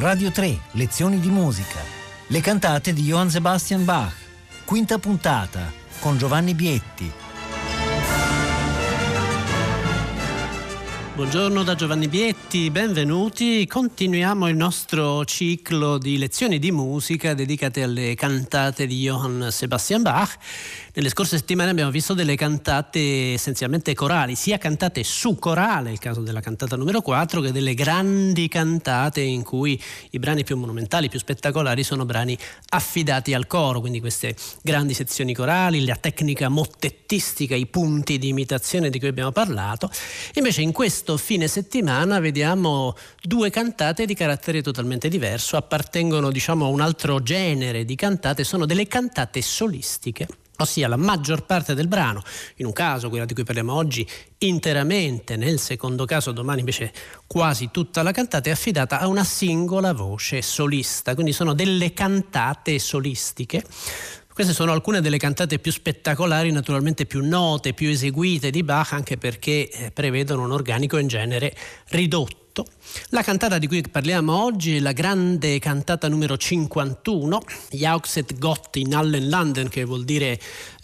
Radio 3, lezioni di musica. Le cantate di Johann Sebastian Bach. Quinta puntata, con Giovanni Bietti. Buongiorno da Giovanni Bietti, benvenuti. Continuiamo il nostro ciclo di lezioni di musica dedicate alle cantate di Johann Sebastian Bach. Nelle scorse settimane abbiamo visto delle cantate essenzialmente corali, sia cantate su corale, il caso della cantata numero 4, che delle grandi cantate in cui i brani più monumentali, più spettacolari sono brani affidati al coro, quindi queste grandi sezioni corali, la tecnica mottettistica, i punti di imitazione di cui abbiamo parlato. Invece in questo fine settimana vediamo due cantate di carattere totalmente diverso, appartengono a un altro genere di cantate, sono delle cantate solistiche. Ossia la maggior parte del brano, in un caso, quella di cui parliamo oggi, interamente, nel secondo caso domani invece quasi tutta la cantata è affidata a una singola voce solista, quindi sono delle cantate solistiche. Queste sono alcune delle cantate più spettacolari, naturalmente più note, più eseguite di Bach, anche perché prevedono un organico in genere ridotto. La cantata di cui parliamo oggi è la grande cantata numero 51, Jauchzet Gott in allen Landen, che vuol dire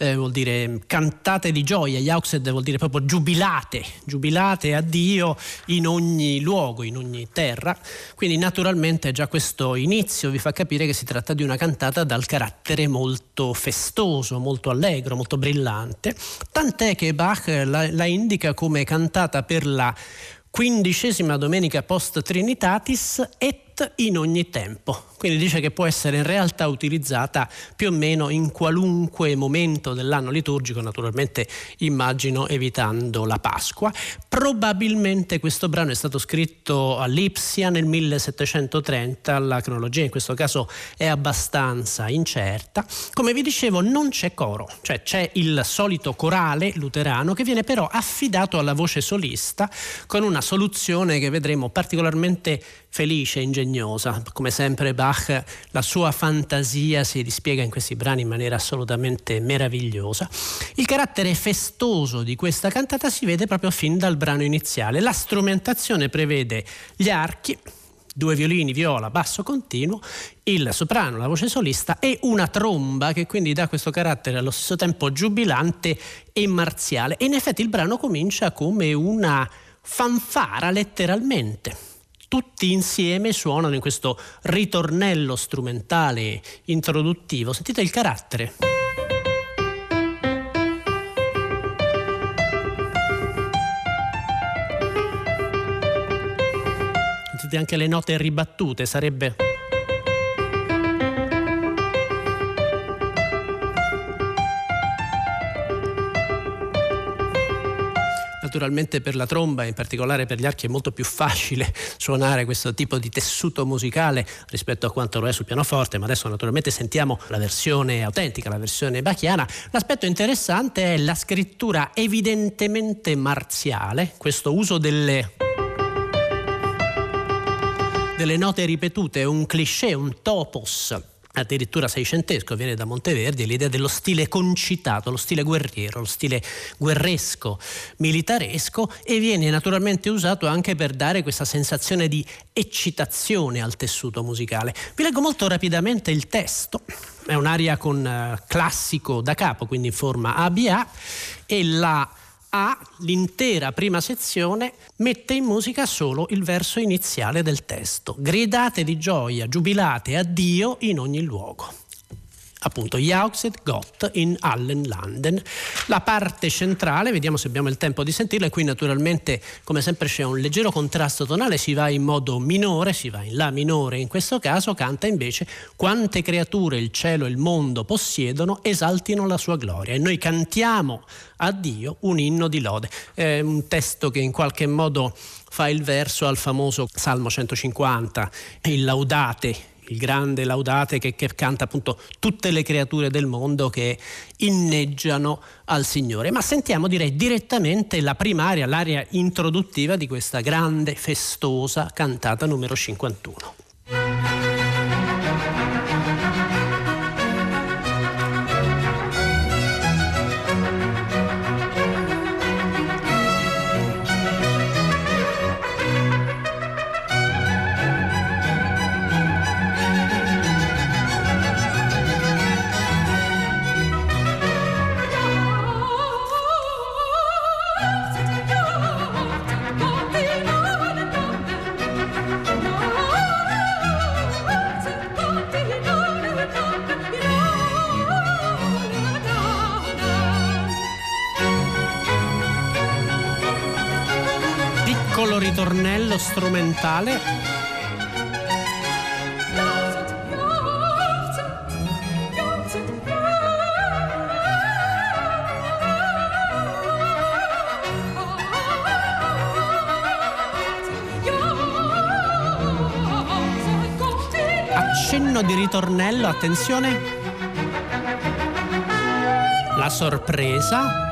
cantate di gioia. Jauchzet vuol dire proprio giubilate a Dio in ogni luogo, in ogni terra. Quindi naturalmente già questo inizio vi fa capire che si tratta di una cantata dal carattere molto festoso, molto allegro, molto brillante, tant'è che Bach la indica come cantata per la 15ª domenica post Trinitatis et in ogni tempo. Quindi dice che può essere in realtà utilizzata più o meno in qualunque momento dell'anno liturgico, naturalmente immagino evitando la Pasqua. Probabilmente questo brano è stato scritto a Lipsia nel 1730, la cronologia in questo caso è abbastanza incerta. Come vi dicevo, non c'è coro, cioè c'è il solito corale luterano che viene però affidato alla voce solista con una soluzione che vedremo particolarmente felice e ingegnosa. Come sempre Bach, la sua fantasia si dispiega in questi brani in maniera assolutamente meravigliosa. Il carattere festoso di questa cantata si vede proprio fin dal brano iniziale. La strumentazione prevede gli archi, 2 violini, viola, basso continuo, il soprano, la voce solista e una tromba che quindi dà questo carattere allo stesso tempo giubilante e marziale. E in effetti il brano comincia come una fanfara, letteralmente. Tutti insieme suonano in questo ritornello strumentale introduttivo. Sentite il carattere. Sentite anche le note ribattute, sarebbe... Naturalmente per la tromba, in particolare per gli archi, è molto più facile suonare questo tipo di tessuto musicale rispetto a quanto lo è sul pianoforte, ma adesso naturalmente sentiamo la versione autentica, la versione bachiana. L'aspetto interessante è la scrittura evidentemente marziale, questo uso delle note ripetute, un cliché, un topos, addirittura seicentesco, viene da Monteverdi, l'idea dello stile concitato, lo stile guerriero, lo stile guerresco, militaresco, e viene naturalmente usato anche per dare questa sensazione di eccitazione al tessuto musicale. Vi leggo molto rapidamente il testo. È un'aria con classico da capo, quindi in forma ABA, e la A, l'intera prima sezione, mette in musica solo il verso iniziale del testo. Gridate di gioia, giubilate a Dio in ogni luogo. Appunto, Jauchzet Gott in allen Landen. La parte centrale, vediamo se abbiamo il tempo di sentirla, e qui naturalmente come sempre c'è un leggero contrasto tonale, si va in modo minore, si va in La minore in questo caso, canta invece: quante creature il cielo e il mondo possiedono, esaltino la sua gloria. E noi cantiamo a Dio un inno di lode. È un testo che in qualche modo fa il verso al famoso Salmo 150, il Laudate, il grande Laudate che canta appunto tutte le creature del mondo che inneggiano al Signore. Ma sentiamo, direi, direttamente la prima aria, l'aria introduttiva di questa grande, festosa cantata numero 51. piccolo ritornello strumentale. Accenno di ritornello, attenzione, la sorpresa.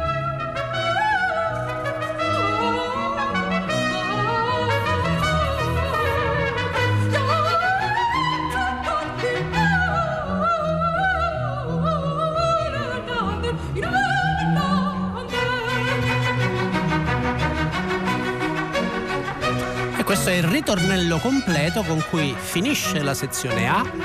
E questo è il ritornello completo con cui finisce la sezione A.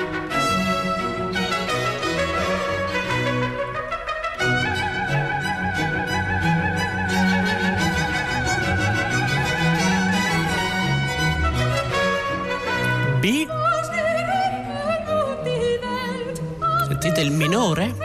B. Sentite il minore?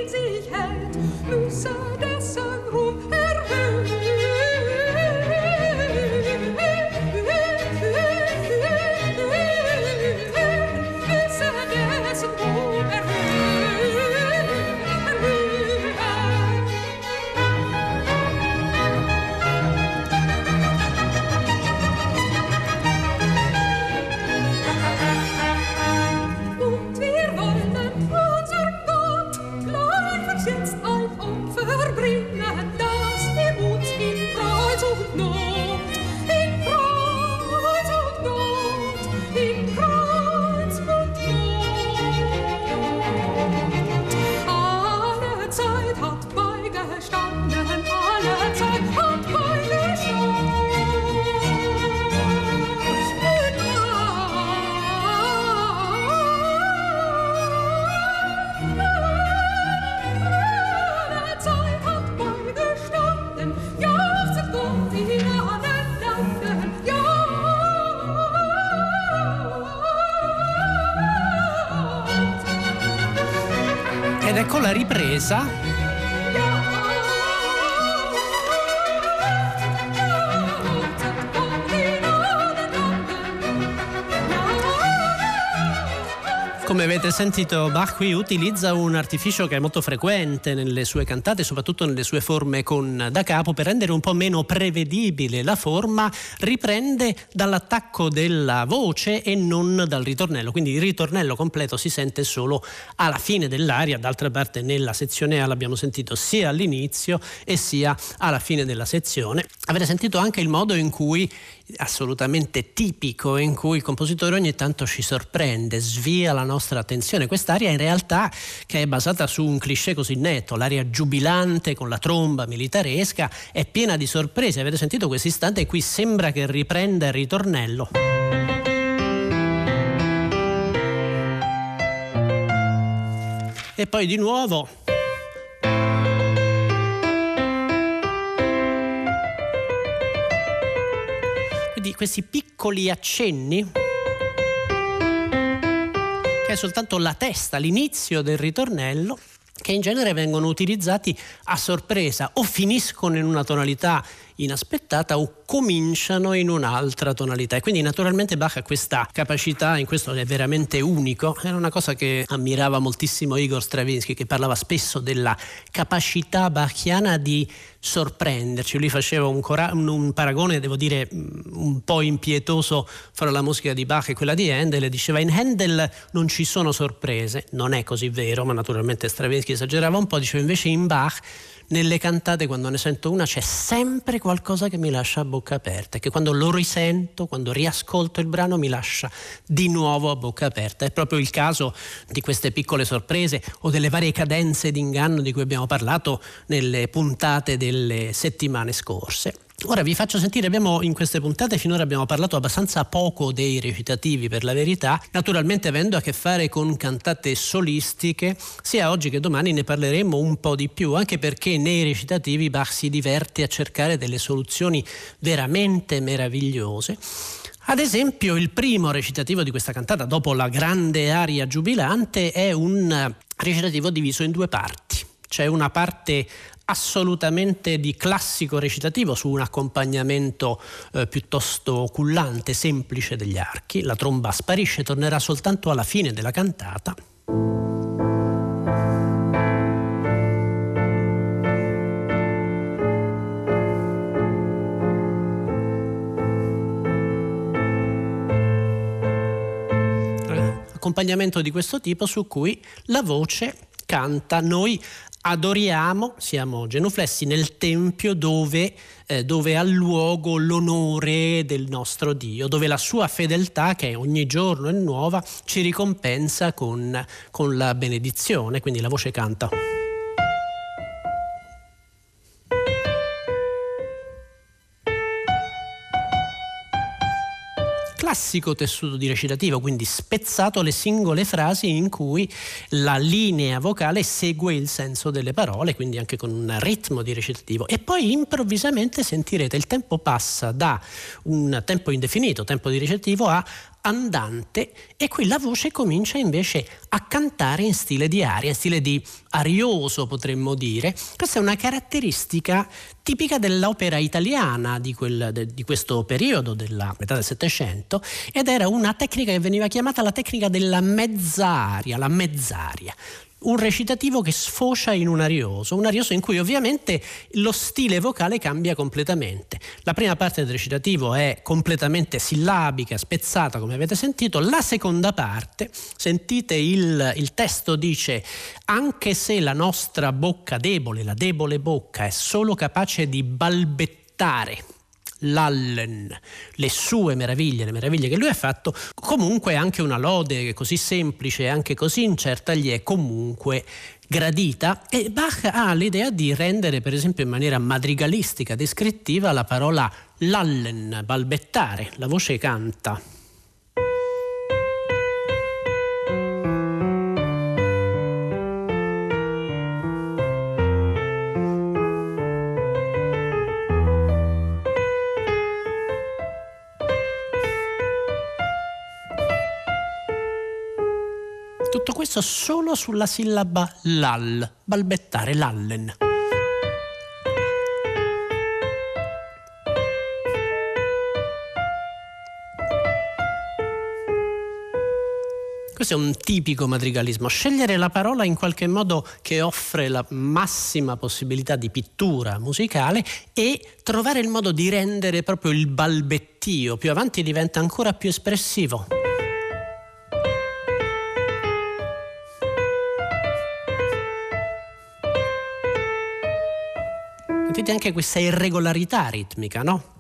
Ed ecco la ripresa. Come avete sentito, Bach qui utilizza un artificio che è molto frequente nelle sue cantate, soprattutto nelle sue forme con da capo, per rendere un po' meno prevedibile la forma. Riprende dall'attacco della voce e non dal ritornello, quindi il ritornello completo si sente solo alla fine dell'aria. D'altra parte nella sezione A l'abbiamo sentito sia all'inizio e sia alla fine della sezione. Avete sentito anche il modo in cui, assolutamente tipico, in cui il compositore ogni tanto ci sorprende, svia la nostra attenzione. Quest'aria in realtà, che è basata su un cliché così netto, l'aria giubilante con la tromba militaresca, è piena di sorprese. Avete sentito questo istante in cui sembra che riprenda il ritornello. E poi di nuovo di questi piccoli accenni, che è soltanto la testa, l'inizio del ritornello, che in genere vengono utilizzati a sorpresa, o finiscono in una tonalità inaspettata o cominciano in un'altra tonalità. E quindi naturalmente Bach ha questa capacità, in questo è veramente unico. Era una cosa che ammirava moltissimo Igor Stravinsky, che parlava spesso della capacità bachiana di sorprenderci. Lui faceva un paragone, devo dire, un po' impietoso fra la musica di Bach e quella di Handel, e diceva: in Handel non ci sono sorprese. Non è così vero, ma naturalmente Stravinsky esagerava un po'. Diceva invece in Bach, nelle cantate, quando ne sento una, c'è sempre qualcosa che mi lascia a bocca aperta, e che quando lo risento, quando riascolto il brano, mi lascia di nuovo a bocca aperta. È proprio il caso di queste piccole sorprese o delle varie cadenze d'inganno di cui abbiamo parlato nelle puntate delle settimane scorse. Ora vi faccio sentire, in queste puntate finora abbiamo parlato abbastanza poco dei recitativi, per la verità, naturalmente avendo a che fare con cantate solistiche. Sia oggi che domani ne parleremo un po' di più, anche perché nei recitativi Bach si diverte a cercare delle soluzioni veramente meravigliose. Ad esempio, il primo recitativo di questa cantata, dopo la grande aria giubilante, è un recitativo diviso in due parti. C'è una parte assolutamente di classico recitativo su un accompagnamento piuttosto cullante, semplice degli archi. La tromba sparisce, tornerà soltanto alla fine della cantata. Accompagnamento di questo tipo su cui la voce canta. Noi adoriamo, siamo genuflessi nel tempio dove ha luogo l'onore del nostro Dio, dove la sua fedeltà, che ogni giorno è nuova, ci ricompensa con la benedizione. Quindi la voce canta. Classico tessuto di recitativo, quindi spezzato le singole frasi in cui la linea vocale segue il senso delle parole, quindi anche con un ritmo di recitativo. E poi improvvisamente sentirete il tempo passa da un tempo indefinito, tempo di recitativo, a andante, e qui la voce comincia invece a cantare in stile di aria, in stile di arioso, potremmo dire. Questa è una caratteristica tipica dell'opera italiana di questo periodo della metà del Settecento, ed era una tecnica che veniva chiamata la tecnica della mezzaria, la mezzaria. Un recitativo che sfocia in un arioso in cui ovviamente lo stile vocale cambia completamente. La prima parte del recitativo è completamente sillabica, spezzata, come avete sentito. La seconda parte, sentite il testo dice: anche se la nostra bocca debole, la debole bocca, è solo capace di balbettare l'Allen, le sue meraviglie, le meraviglie che lui ha fatto, comunque anche una lode così semplice e anche così incerta gli è comunque gradita. E Bach ha l'idea di rendere, per esempio in maniera madrigalistica, descrittiva, la parola l'Allen, balbettare. La voce canta. Tutto questo solo sulla sillaba l'al, balbettare l'allen. Questo è un tipico madrigalismo, scegliere la parola in qualche modo che offre la massima possibilità di pittura musicale e trovare il modo di rendere proprio il balbettio. Più avanti diventa ancora più espressivo. Sentite anche questa irregolarità ritmica, no?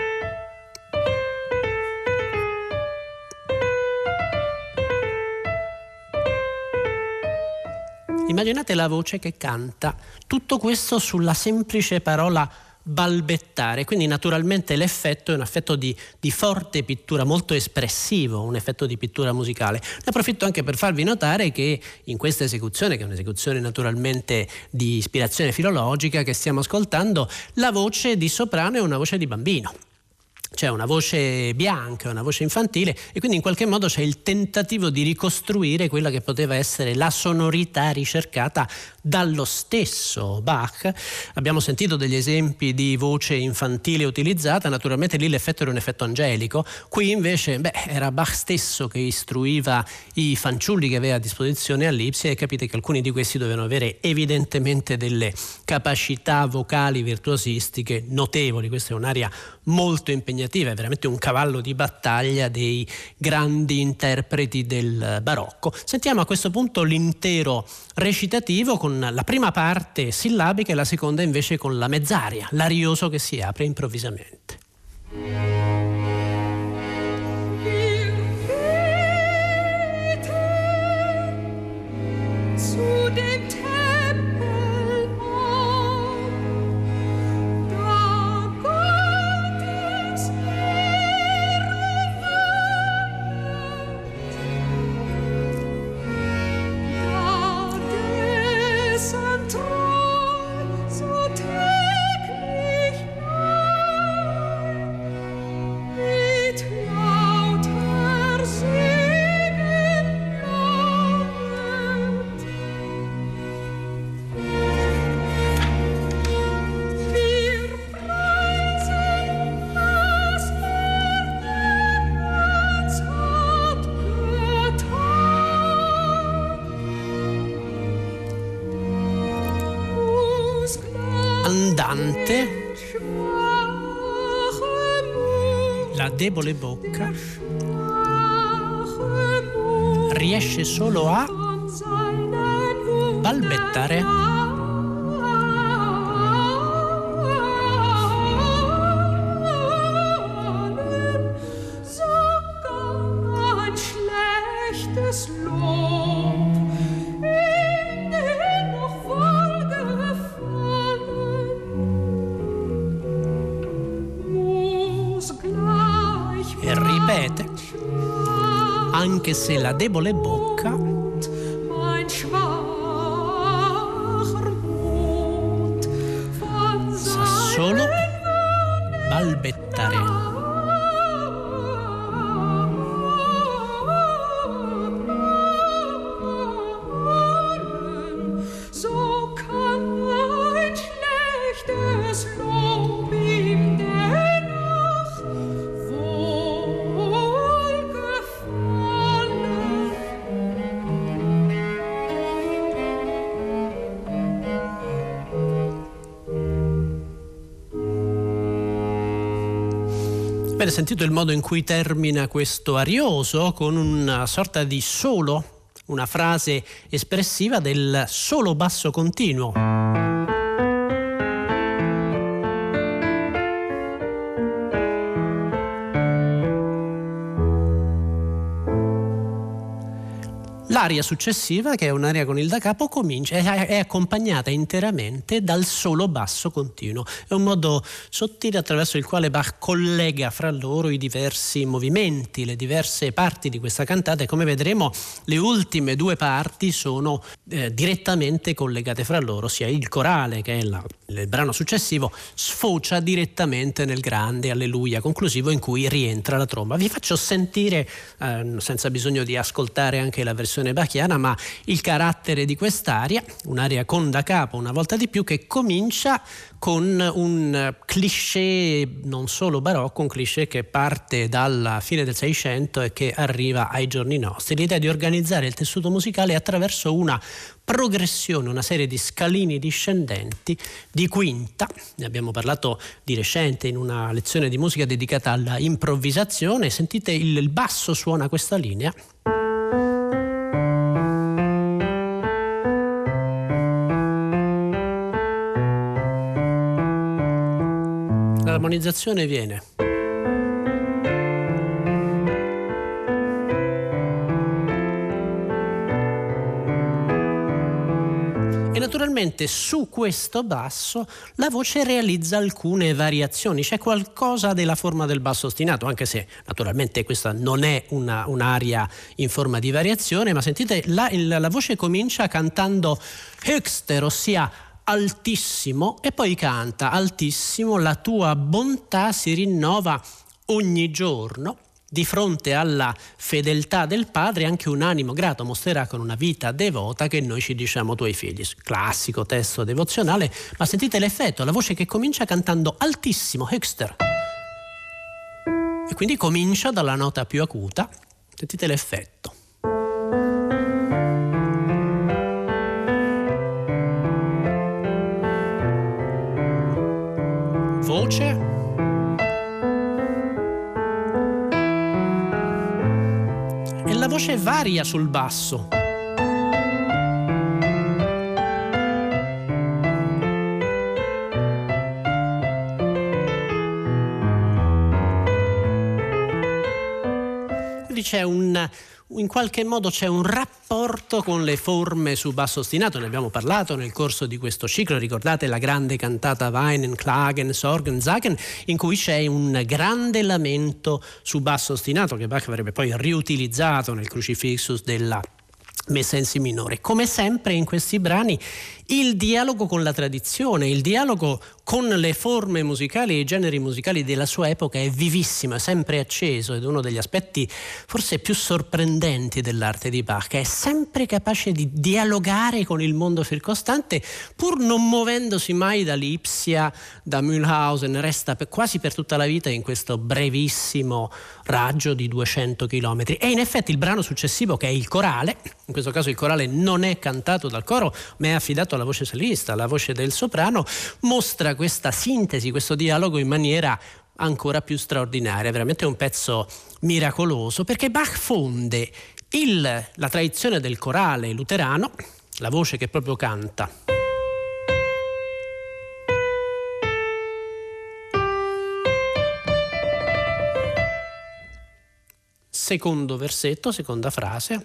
Immaginate la voce che canta tutto questo sulla semplice parola balbettare, quindi naturalmente l'effetto è un effetto di forte pittura, molto espressivo, un effetto di pittura musicale. Ne approfitto anche per farvi notare che in questa esecuzione, che è un'esecuzione naturalmente di ispirazione filologica che stiamo ascoltando, la voce di soprano è una voce di bambino. C'è una voce bianca, una voce infantile, e quindi in qualche modo c'è il tentativo di ricostruire quella che poteva essere la sonorità ricercata dallo stesso Bach. Abbiamo sentito degli esempi di voce infantile utilizzata, naturalmente lì l'effetto era un effetto angelico, qui invece era Bach stesso che istruiva i fanciulli che aveva a disposizione a Lipsia, e capite che alcuni di questi dovevano avere evidentemente delle capacità vocali virtuosistiche notevoli. Questa è un'aria molto impegnativa, è veramente un cavallo di battaglia dei grandi interpreti del barocco. Sentiamo a questo punto l'intero recitativo con la prima parte sillabica e la seconda invece con la mezzaria, l'arioso che si apre improvvisamente. ripete, la debole bocca riesce solo a balbettare. E ripete, anche se la debole bocca sa solo balbettare. Avete sentito il modo in cui termina questo arioso con una sorta di solo, una frase espressiva del solo basso continuo. L'aria successiva, che è un'aria con il da capo, è accompagnata interamente dal solo basso continuo. È un modo sottile attraverso il quale Bach collega fra loro i diversi movimenti, le diverse parti di questa cantata, e come vedremo le ultime due parti sono direttamente collegate fra loro, sia il corale, che è il brano successivo, sfocia direttamente nel grande Alleluia conclusivo in cui rientra la tromba. Vi faccio sentire, senza bisogno di ascoltare anche la versione bachiana, ma il carattere di quest'aria, un'aria con da capo una volta di più, che comincia con un cliché non solo barocco, un cliché che parte dalla fine del Seicento e che arriva ai giorni nostri. L'idea di organizzare il tessuto musicale attraverso una progressione, una serie di scalini discendenti di quinta. Ne abbiamo parlato di recente in una lezione di musica dedicata alla improvvisazione. Sentite, il basso suona questa linea. L'armonizzazione viene. E naturalmente su questo basso la voce realizza alcune variazioni, c'è qualcosa della forma del basso ostinato, anche se naturalmente questa non è un'aria in forma di variazione, ma sentite, la voce comincia cantando höchster, ossia altissimo, e poi canta altissimo: la tua bontà si rinnova ogni giorno. Di fronte alla fedeltà del Padre anche un animo grato mostrerà con una vita devota che noi ci diciamo tuoi figli. Classico testo devozionale, ma sentite l'effetto, la voce che comincia cantando altissimo, höchster, e quindi comincia dalla nota più acuta. Sentite l'effetto. Voce, e la voce varia sul basso. Quindi c'è in qualche modo c'è un rapporto con le forme su basso ostinato. Ne abbiamo parlato nel corso di questo ciclo. Ricordate la grande cantata Weinen, Klagen, Sorgen, Zagen, in cui c'è un grande lamento su basso ostinato che Bach avrebbe poi riutilizzato nel Crucifixus della messa in si minore. Come sempre in questi brani il dialogo con la tradizione, il dialogo con le forme musicali e i generi musicali della sua epoca è vivissimo, è sempre acceso, ed uno degli aspetti forse più sorprendenti dell'arte di Bach, che è sempre capace di dialogare con il mondo circostante pur non muovendosi mai da Lipsia, da Mühlhausen, resta quasi per tutta la vita in questo brevissimo raggio di 200 chilometri. E in effetti il brano successivo, che è il corale, in questo caso il corale non è cantato dal coro ma è affidato accanto alla voce solista, alla voce del soprano, mostra questa sintesi, questo dialogo in maniera ancora più straordinaria. Veramente un pezzo miracoloso, perché Bach fonde la tradizione del corale luterano, la voce che proprio canta. Secondo versetto, seconda frase.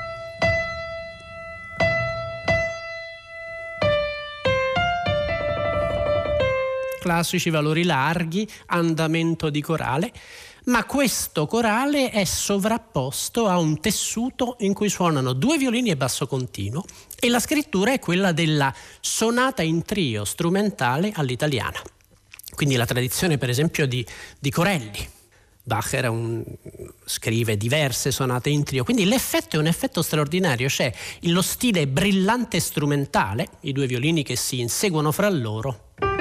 Classici valori larghi, andamento di corale, ma questo corale è sovrapposto a un tessuto in cui suonano 2 violini e basso continuo, e la scrittura è quella della sonata in trio strumentale all'italiana. Quindi la tradizione, per esempio, di Corelli. Bach scrive diverse sonate in trio, quindi l'effetto è un effetto straordinario. C'è lo stile brillante strumentale, i 2 violini che si inseguono fra loro.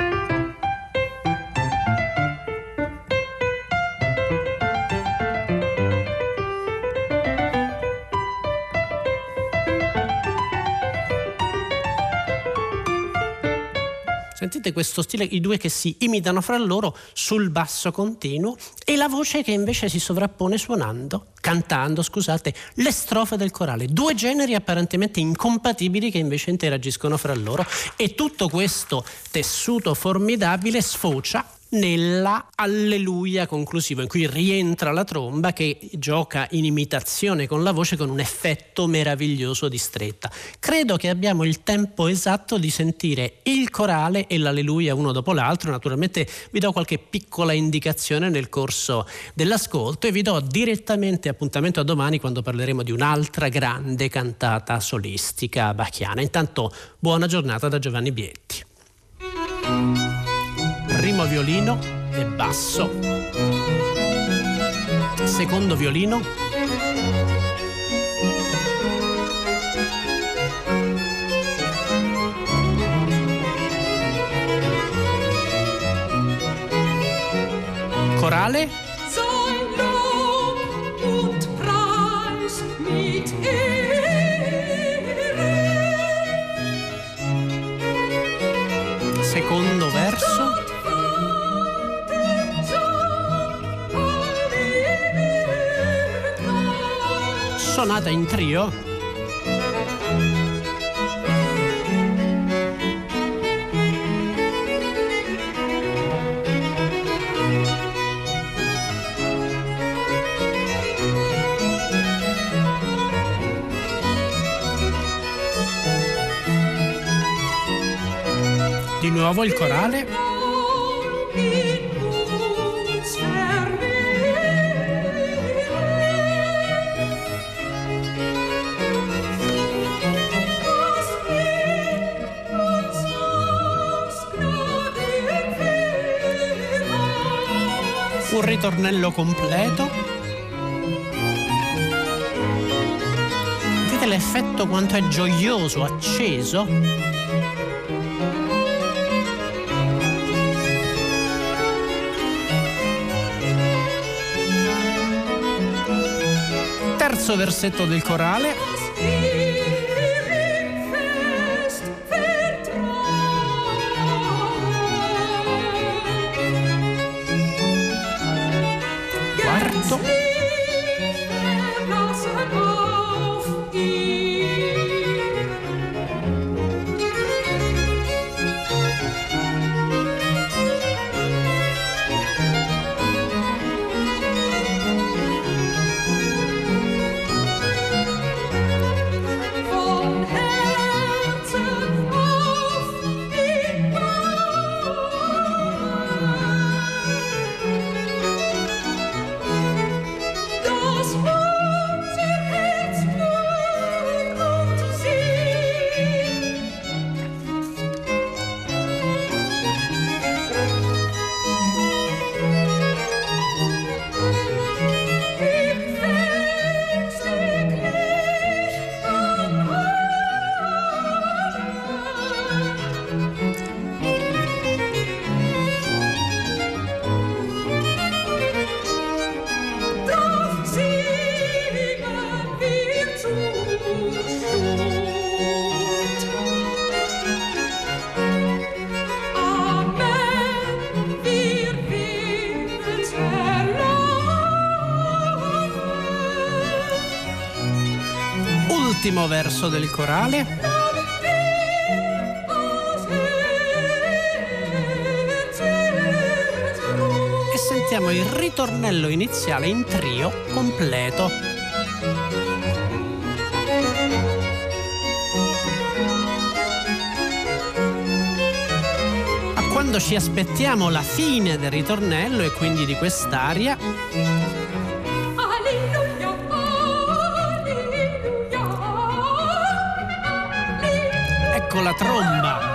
Sentite questo stile, i 2 che si imitano fra loro sul basso continuo, e la voce che invece si sovrappone cantando, le strofe del corale. 2 generi apparentemente incompatibili che invece interagiscono fra loro, e tutto questo tessuto formidabile sfocia nella alleluia conclusivo, in cui rientra la tromba che gioca in imitazione con la voce, con un effetto meraviglioso di stretta. Credo che abbiamo il tempo esatto di sentire il corale e l'alleluia uno dopo l'altro. Naturalmente vi do qualche piccola indicazione nel corso dell'ascolto, e vi do direttamente appuntamento a domani, quando parleremo di un'altra grande cantata solistica bachiana. Intanto buona giornata da Giovanni Bietti. Primo violino e basso, secondo violino, corale, secondo verso, sonata in trio, di nuovo il corale, un ritornello completo. Vedete l'effetto quanto è gioioso, acceso? Terzo versetto del corale. l'ultimo verso del corale. E sentiamo il ritornello iniziale in trio completo. A quando ci aspettiamo la fine del ritornello e quindi di quest'aria, ecco la tromba.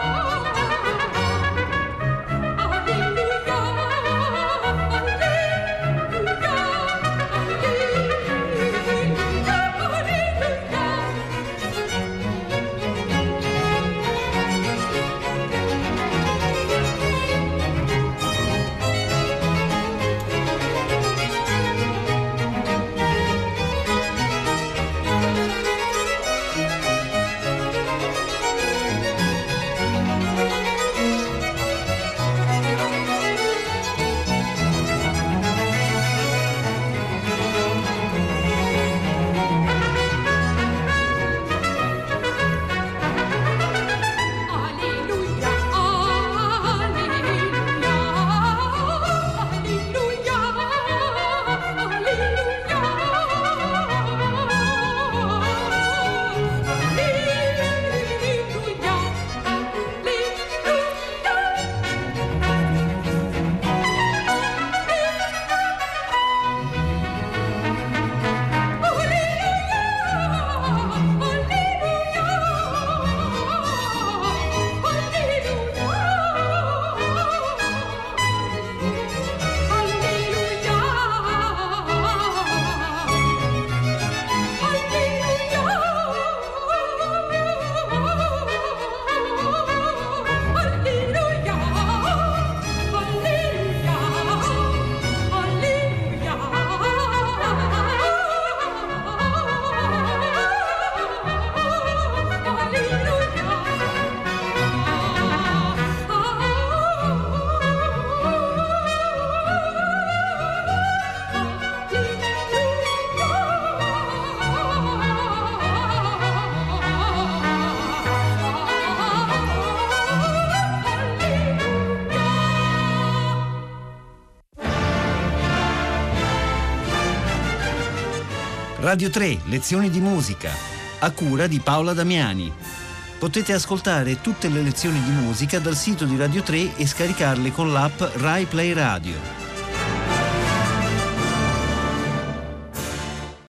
Radio 3, lezioni di musica, a cura di Paola Damiani. Potete ascoltare tutte le lezioni di musica dal sito di Radio 3 e scaricarle con l'app Rai Play Radio.